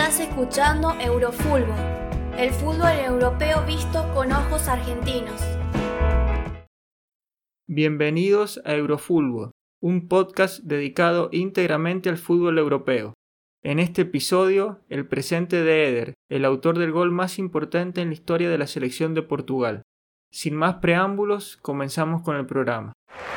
Estás escuchando Eurofútbol, el fútbol europeo visto con ojos argentinos. Bienvenidos a Eurofútbol, un podcast dedicado íntegramente al fútbol europeo. En este episodio, el presente de Éder, el autor del gol más importante en la historia de la selección de Portugal. Sin más preámbulos, comenzamos con el programa.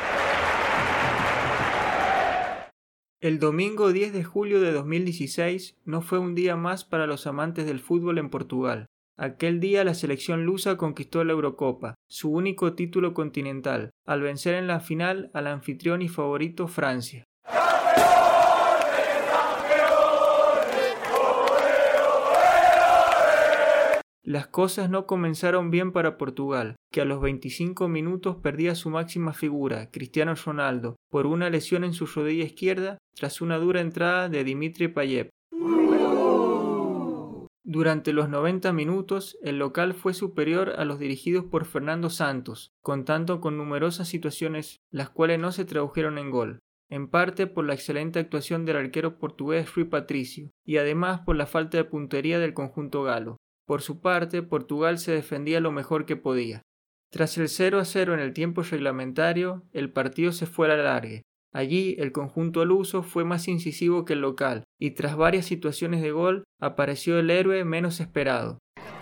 El domingo 10 de julio de 2016 no fue un día más para los amantes del fútbol en Portugal. Aquel día la selección lusa conquistó la Eurocopa, su único título continental, al vencer en la final al anfitrión y favorito Francia. Las cosas no comenzaron bien para Portugal, que a los 25 minutos perdía su máxima figura, Cristiano Ronaldo, por una lesión en su rodilla izquierda tras una dura entrada de Dimitri Payet. Durante los 90 minutos, el local fue superior a los dirigidos por Fernando Santos, contando con numerosas situaciones, las cuales no se tradujeron en gol, en parte por la excelente actuación del arquero portugués Rui Patricio, y además por la falta de puntería del conjunto galo. Por su parte, Portugal se defendía lo mejor que podía. Tras el 0-0 en el tiempo reglamentario, el partido se fue a la alargue. Allí, el conjunto luso fue más incisivo que el local, y tras varias situaciones de gol, apareció el héroe menos esperado.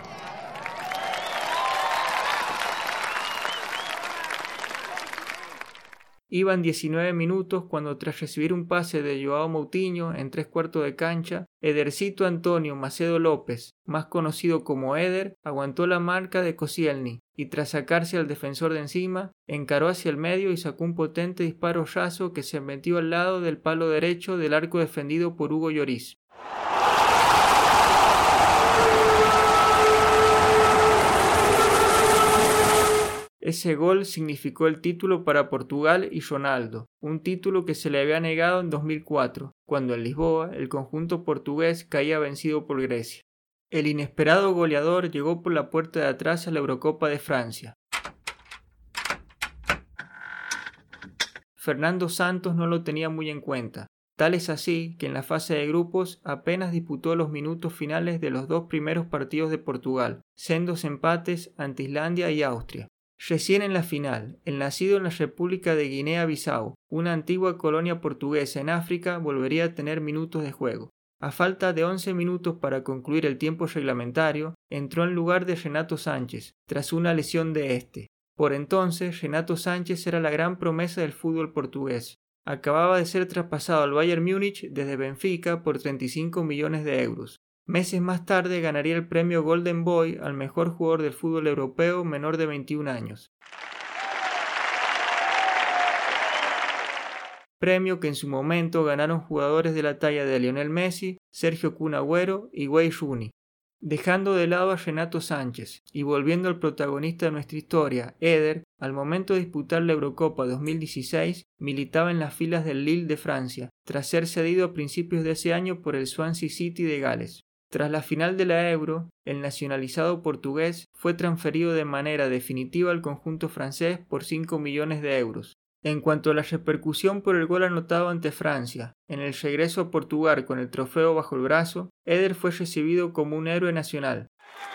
Iban 19 minutos cuando, tras recibir un pase de João Moutinho en 3/4 de cancha, Edercito Antonio Macedo López, más conocido como Éder, aguantó la marca de Koscielny y, tras sacarse al defensor de encima, encaró hacia el medio y sacó un potente disparo raso que se metió al lado del palo derecho del arco defendido por Hugo Lloris. Ese gol significó el título para Portugal y Ronaldo, un título que se le había negado en 2004, cuando en Lisboa el conjunto portugués caía vencido por Grecia. El inesperado goleador llegó por la puerta de atrás a la Eurocopa de Francia. Fernando Santos no lo tenía muy en cuenta. Tal es así que en la fase de grupos apenas disputó los minutos finales de los dos primeros partidos de Portugal, sendos empates ante Islandia y Austria. Recién en la final, el nacido en la República de Guinea-Bissau, una antigua colonia portuguesa en África, volvería a tener minutos de juego. A falta de 11 minutos para concluir el tiempo reglamentario, entró en lugar de Renato Sánchez, tras una lesión de este. Por entonces, Renato Sánchez era la gran promesa del fútbol portugués. Acababa de ser traspasado al Bayern Múnich desde Benfica por 35 millones de euros. Meses más tarde ganaría el premio Golden Boy al mejor jugador del fútbol europeo menor de 21 años. Premio que en su momento ganaron jugadores de la talla de Lionel Messi, Sergio Kun Agüero y Wayne Rooney. Dejando de lado a Renato Sánchez y volviendo al protagonista de nuestra historia, Éder, al momento de disputar la Eurocopa 2016, militaba en las filas del Lille de Francia, tras ser cedido a principios de ese año por el Swansea City de Gales. Tras la final de la Euro, el nacionalizado portugués fue transferido de manera definitiva al conjunto francés por 5 millones de euros. En cuanto a la repercusión por el gol anotado ante Francia, en el regreso a Portugal con el trofeo bajo el brazo, Éder fue recibido como un héroe nacional.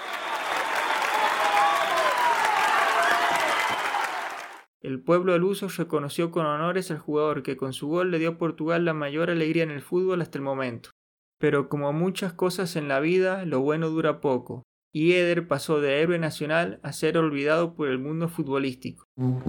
El pueblo luso reconoció con honores al jugador que con su gol le dio a Portugal la mayor alegría en el fútbol hasta el momento. Pero como muchas cosas en la vida, lo bueno dura poco, y Éder pasó de héroe nacional a ser olvidado por el mundo futbolístico.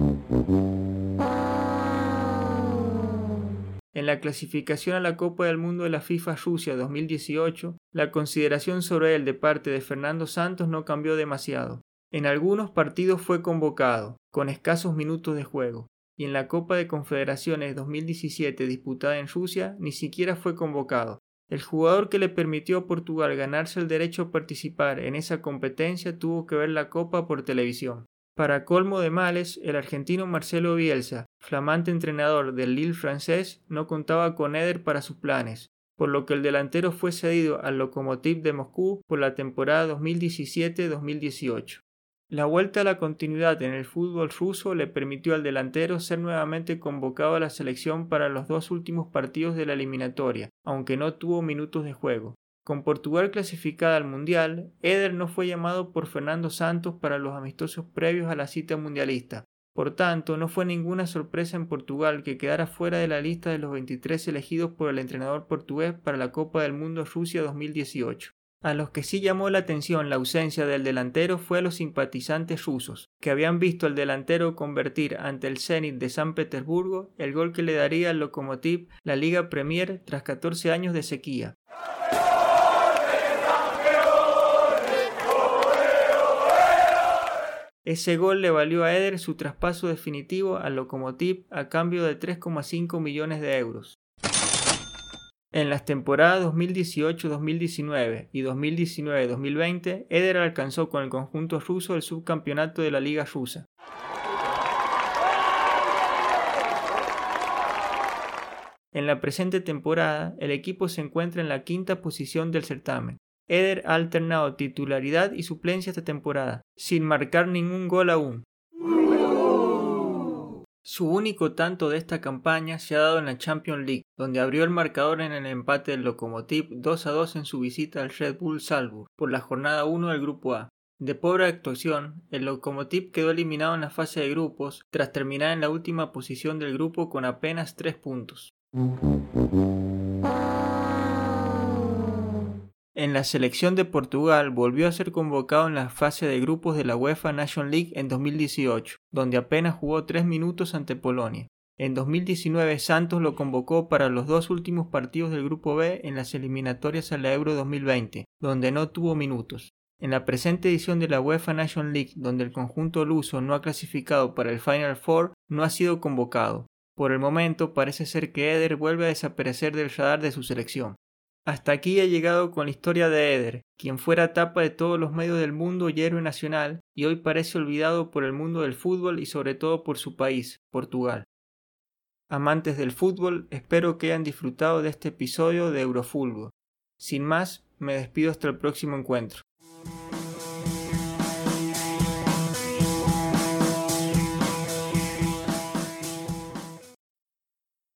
En la clasificación a la Copa del Mundo de la FIFA Rusia 2018, la consideración sobre él de parte de Fernando Santos no cambió demasiado. En algunos partidos fue convocado, con escasos minutos de juego, y en la Copa de Confederaciones 2017 disputada en Rusia ni siquiera fue convocado. El jugador que le permitió a Portugal ganarse el derecho a participar en esa competencia tuvo que ver la Copa por televisión. Para colmo de males, el argentino Marcelo Bielsa, flamante entrenador del Lille francés, no contaba con Éder para sus planes, por lo que el delantero fue cedido al Lokomotiv de Moscú por la temporada 2017-2018. La vuelta a la continuidad en el fútbol ruso le permitió al delantero ser nuevamente convocado a la selección para los dos últimos partidos de la eliminatoria, aunque no tuvo minutos de juego. Con Portugal clasificada al Mundial, Éder no fue llamado por Fernando Santos para los amistosos previos a la cita mundialista. Por tanto, no fue ninguna sorpresa en Portugal que quedara fuera de la lista de los 23 elegidos por el entrenador portugués para la Copa del Mundo Rusia 2018. A los que sí llamó la atención la ausencia del delantero fue a los simpatizantes rusos, que habían visto al delantero convertir ante el Zenit de San Petersburgo el gol que le daría al Lokomotiv la Liga Premier tras 14 años de sequía. Ese gol le valió a Éder su traspaso definitivo al Lokomotiv a cambio de 3,5 millones de euros. En las temporadas 2018-2019 y 2019-2020, Éder alcanzó con el conjunto ruso el subcampeonato de la Liga Rusa. En la presente temporada, el equipo se encuentra en la quinta posición del certamen. Éder ha alternado titularidad y suplencia esta temporada, sin marcar ningún gol aún. Su único tanto de esta campaña se ha dado en la Champions League, donde abrió el marcador en el empate del Lokomotiv 2-2 en su visita al Red Bull Salzburg por la jornada 1 del Grupo A. De pobre actuación, el Lokomotiv quedó eliminado en la fase de grupos tras terminar en la última posición del grupo con apenas 3 puntos. En la selección de Portugal volvió a ser convocado en la fase de grupos de la UEFA Nations League en 2018, donde apenas jugó 3 minutos ante Polonia. En 2019 Santos lo convocó para los 2 últimos partidos del Grupo B en las eliminatorias a la Euro 2020, donde no tuvo minutos. En la presente edición de la UEFA Nations League, donde el conjunto luso no ha clasificado para el Final Four, no ha sido convocado. Por el momento parece ser que Éder vuelve a desaparecer del radar de su selección. Hasta aquí ha llegado con la historia de Éder, quien fuera tapa de todos los medios del mundo y héroe nacional, y hoy parece olvidado por el mundo del fútbol y sobre todo por su país, Portugal. Amantes del fútbol, espero que hayan disfrutado de este episodio de Eurofútbol. Sin más, me despido hasta el próximo encuentro.